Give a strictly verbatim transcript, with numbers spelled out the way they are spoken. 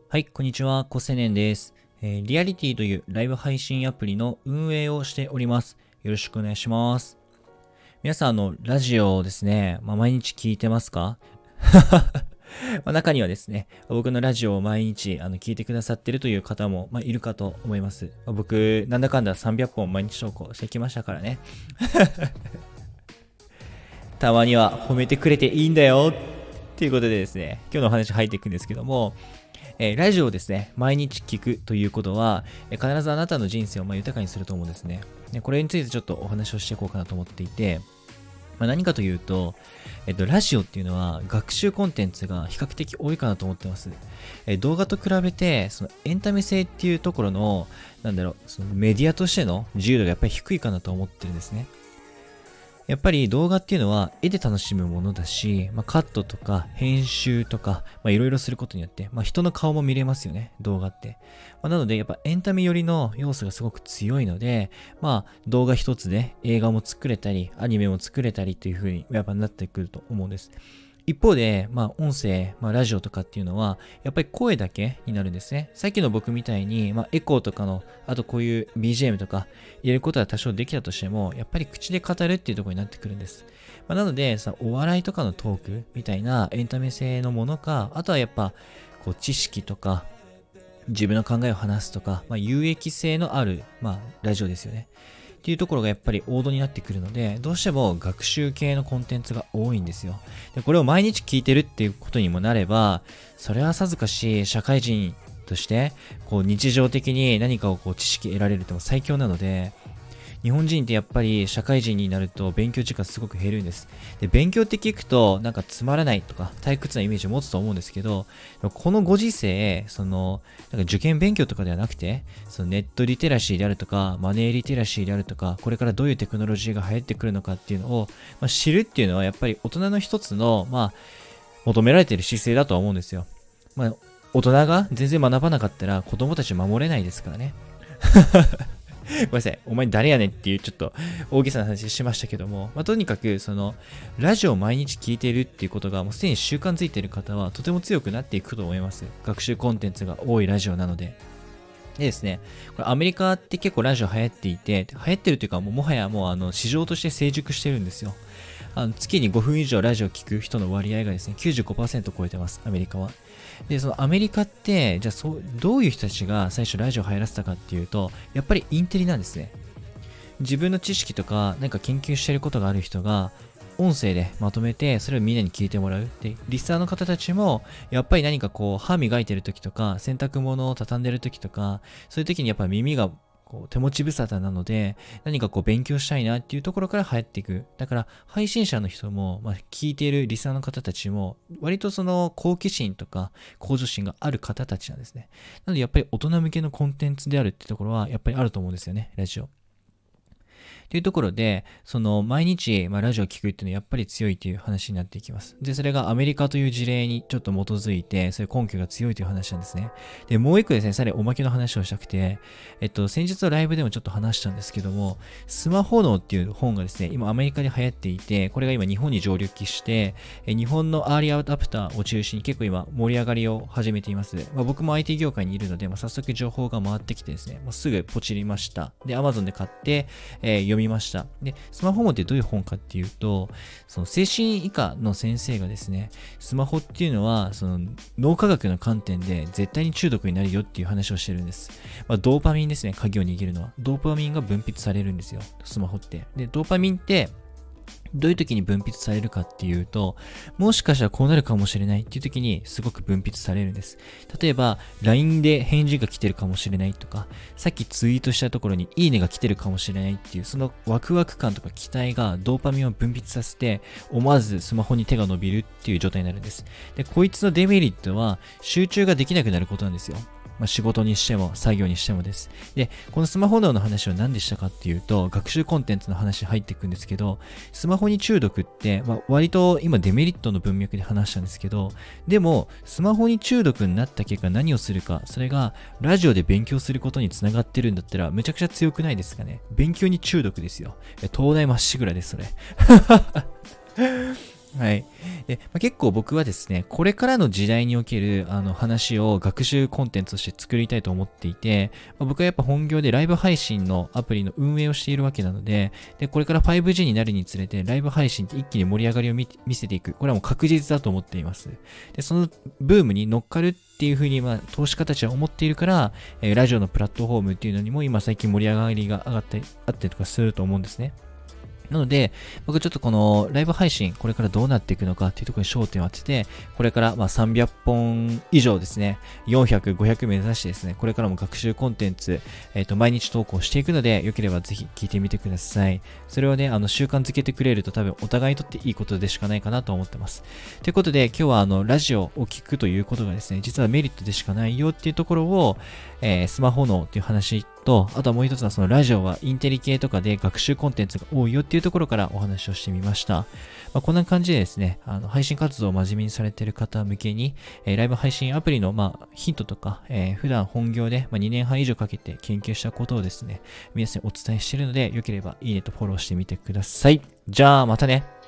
はい、こんにちは、コセネンです、えーリアリティというライブ配信アプリの運営をしております。よろしくお願いします。皆さん、あの、ラジオをですね、まあ、毎日聞いてますか？まあ中にはですね、僕のラジオを毎日あの聞いてくださっているという方も、まあ、いるかと思います。まあ僕、なんだかんださんびゃっぽん毎日投稿してきましたからね。たまには褒めてくれていいんだよということでですね、今日のお話入っていくんですけども、えーラジオをですね、毎日聞くということは、えー必ずあなたの人生をまあ豊かにすると思うんですね。でこれについてちょっとお話をしていこうかなと思っていて、まあ、何かというと、えっと、ラジオっていうのは学習コンテンツが比較的多いかなと思ってます。えー動画と比べて、そのエンタメ性っていうところの、なんだろう、そのメディアとしての自由度がやっぱり低いかなと思ってるんですね。やっぱり動画っていうのは絵で楽しむものだし、まあ、カットとか編集とか、まあ、いろいろすることによって、まあ、人の顔も見れますよね、動画って。まあ、なので、やっぱエンタメ寄りの要素がすごく強いので、まあ、動画一つで映画も作れたり、アニメも作れたりという風にやっぱなってくると思うんです。一方で、まあ、音声、まあ、ラジオとかっていうのは、やっぱり声だけになるんですね。さっきの僕みたいに、まあ、エコーとかの、あとこういう ビージーエム とか入れることは多少できたとしても、やっぱり口で語るっていうところになってくるんです。まあ、なので、さ、お笑いとかのトークみたいなエンタメ性のものか、あとはやっぱ、こう、知識とか、自分の考えを話すとか、まあ、有益性のある、まあ、ラジオですよね。っていうところがやっぱり王道になってくるので、どうしても学習系のコンテンツが多いんですよ。で、これを毎日聞いてるっていうことにもなれば、それはさぞかし社会人として、こう日常的に何かをこう知識得られるっても最強なので、日本人ってやっぱり社会人になると勉強時間すごく減るんです。で、勉強って聞くとなんかつまらないとか退屈なイメージを持つと思うんですけど、このご時世、その、なんか受験勉強とかではなくて、そのネットリテラシーであるとか、マネーリテラシーであるとか、これからどういうテクノロジーが流行ってくるのかっていうのを、まあ、知るっていうのはやっぱり大人の一つの、まあ、求められている姿勢だとは思うんですよ。まあ、大人が全然学ばなかったら子供たち守れないですからね。ごめんなさい。お前誰やねんっていうちょっと大げさな話しましたけども、まあ、とにかくそのラジオを毎日聞いているっていうことがもうすでに習慣づいている方はとても強くなっていくと思います。学習コンテンツが多いラジオなので。でですね、これアメリカって結構ラジオ流行っていて、流行ってるというかもうもはやもうあの市場として成熟してるんですよ。あの月にごふん以上ラジオを聞く人の割合がですね、きゅうじゅうごパーセント超えてます、アメリカは。で、そのアメリカって、じゃあそう、どういう人たちが最初ラジオを流行らせたかっていうと、やっぱりインテリなんですね。自分の知識とか、何か研究していることがある人が、音声でまとめて、それをみんなに聞いてもらう。で、リスナーの方たちも、やっぱり何かこう、歯磨いてる時とか、洗濯物を畳んでる時とか、そういう時にやっぱり耳がこう手持ち無沙汰なので、何かこう勉強したいなっていうところから流行っていく。だから、配信者の人も、まあ、聞いているリスナーの方たちも、割とその好奇心とか向上心がある方たちなんですね。なので、やっぱり大人向けのコンテンツであるってところは、やっぱりあると思うんですよね、ラジオ。というところで、その毎日、まあ、ラジオを聞くっていうのはやっぱり強いという話になっていきます。で、それがアメリカという事例にちょっと基づいて、そういう根拠が強いという話なんですね。で、もう一個ですね、さらにおまけの話をしたくて、えっと、先日のライブでもちょっと話したんですけども、スマホ脳っていう本がですね、今アメリカで流行っていて、これが今日本に上陸して、え日本のアーリーアダプターを中心に結構今盛り上がりを始めています。まあ、僕も アイティー 業界にいるので、まあ、早速情報が回ってきてですね、もうすぐポチりました。で、Amazon で買って、えー読みました。で、スマホ本ってどういう本かっていうと、その精神医科の先生がですね、スマホっていうのは、その脳科学の観点で絶対に中毒になるよっていう話をしてるんです。まあ、ドーパミンですね、鍵を握るのは。ドーパミンが分泌されるんですよ、スマホって。で、ドーパミンって、どういう時に分泌されるかっていうと、もしかしたらこうなるかもしれないっていう時にすごく分泌されるんです。例えば、ライン で返事が来てるかもしれないとか、さっきツイートしたところにいいねが来てるかもしれないっていう、そのワクワク感とか期待がドーパミンを分泌させて、思わずスマホに手が伸びるっていう状態になるんです。で、こいつのデメリットは、集中ができなくなることなんですよ。まあ、仕事にしても作業にしてもです。で、このスマホ脳の話を何でしたかっていうと、学習コンテンツの話入っていくんですけど、スマホに中毒って、まあ、割と今デメリットの文脈で話したんですけど、でも、スマホに中毒になった結果何をするか、それがラジオで勉強することにつながってるんだったら、めちゃくちゃ強くないですかね。勉強に中毒ですよ。東大まっしぐらです、それ。 はい。で、まあ、結構僕はですね、これからの時代におけるあの話を学習コンテンツとして作りたいと思っていて、まあ、僕はやっぱ本業でライブ配信のアプリの運営をしているわけなので、で、これから ファイブジー になるにつれて、ライブ配信って一気に盛り上がりを見見せていく。これはもう確実だと思っています。で、そのブームに乗っかるっていうふうに、まあ、投資家たちは思っているから、えーラジオのプラットフォームっていうのにも今最近盛り上がりが上がったり、あったりとかすると思うんですね。なので、僕ちょっとこのライブ配信、これからどうなっていくのかっていうところに焦点を当てて、これからまあさんびゃっぽん以上ですね、よんひゃく、ごひゃく目指してですね、これからも学習コンテンツ、えっと、毎日投稿していくので、よければぜひ聞いてみてください。それをね、あの、習慣づけてくれると多分お互いにとっていいことでしかないかなと思ってます。ということで、今日はあの、ラジオを聞くということがですね、実はメリットでしかないよっていうところを、えースマホ脳っていう話と、あとはもう一つはそのラジオはインテリ系とかで学習コンテンツが多いよっていうところからお話をしてみました。まあ、こんな感じでですね、あの配信活動を真面目にされている方向けに、えーライブ配信アプリのまあヒントとか、えー普段本業でまあにねんはん以上かけて研究したことをですね、皆さんにお伝えしているので、よければいいねとフォローしてみてください。じゃあまたね。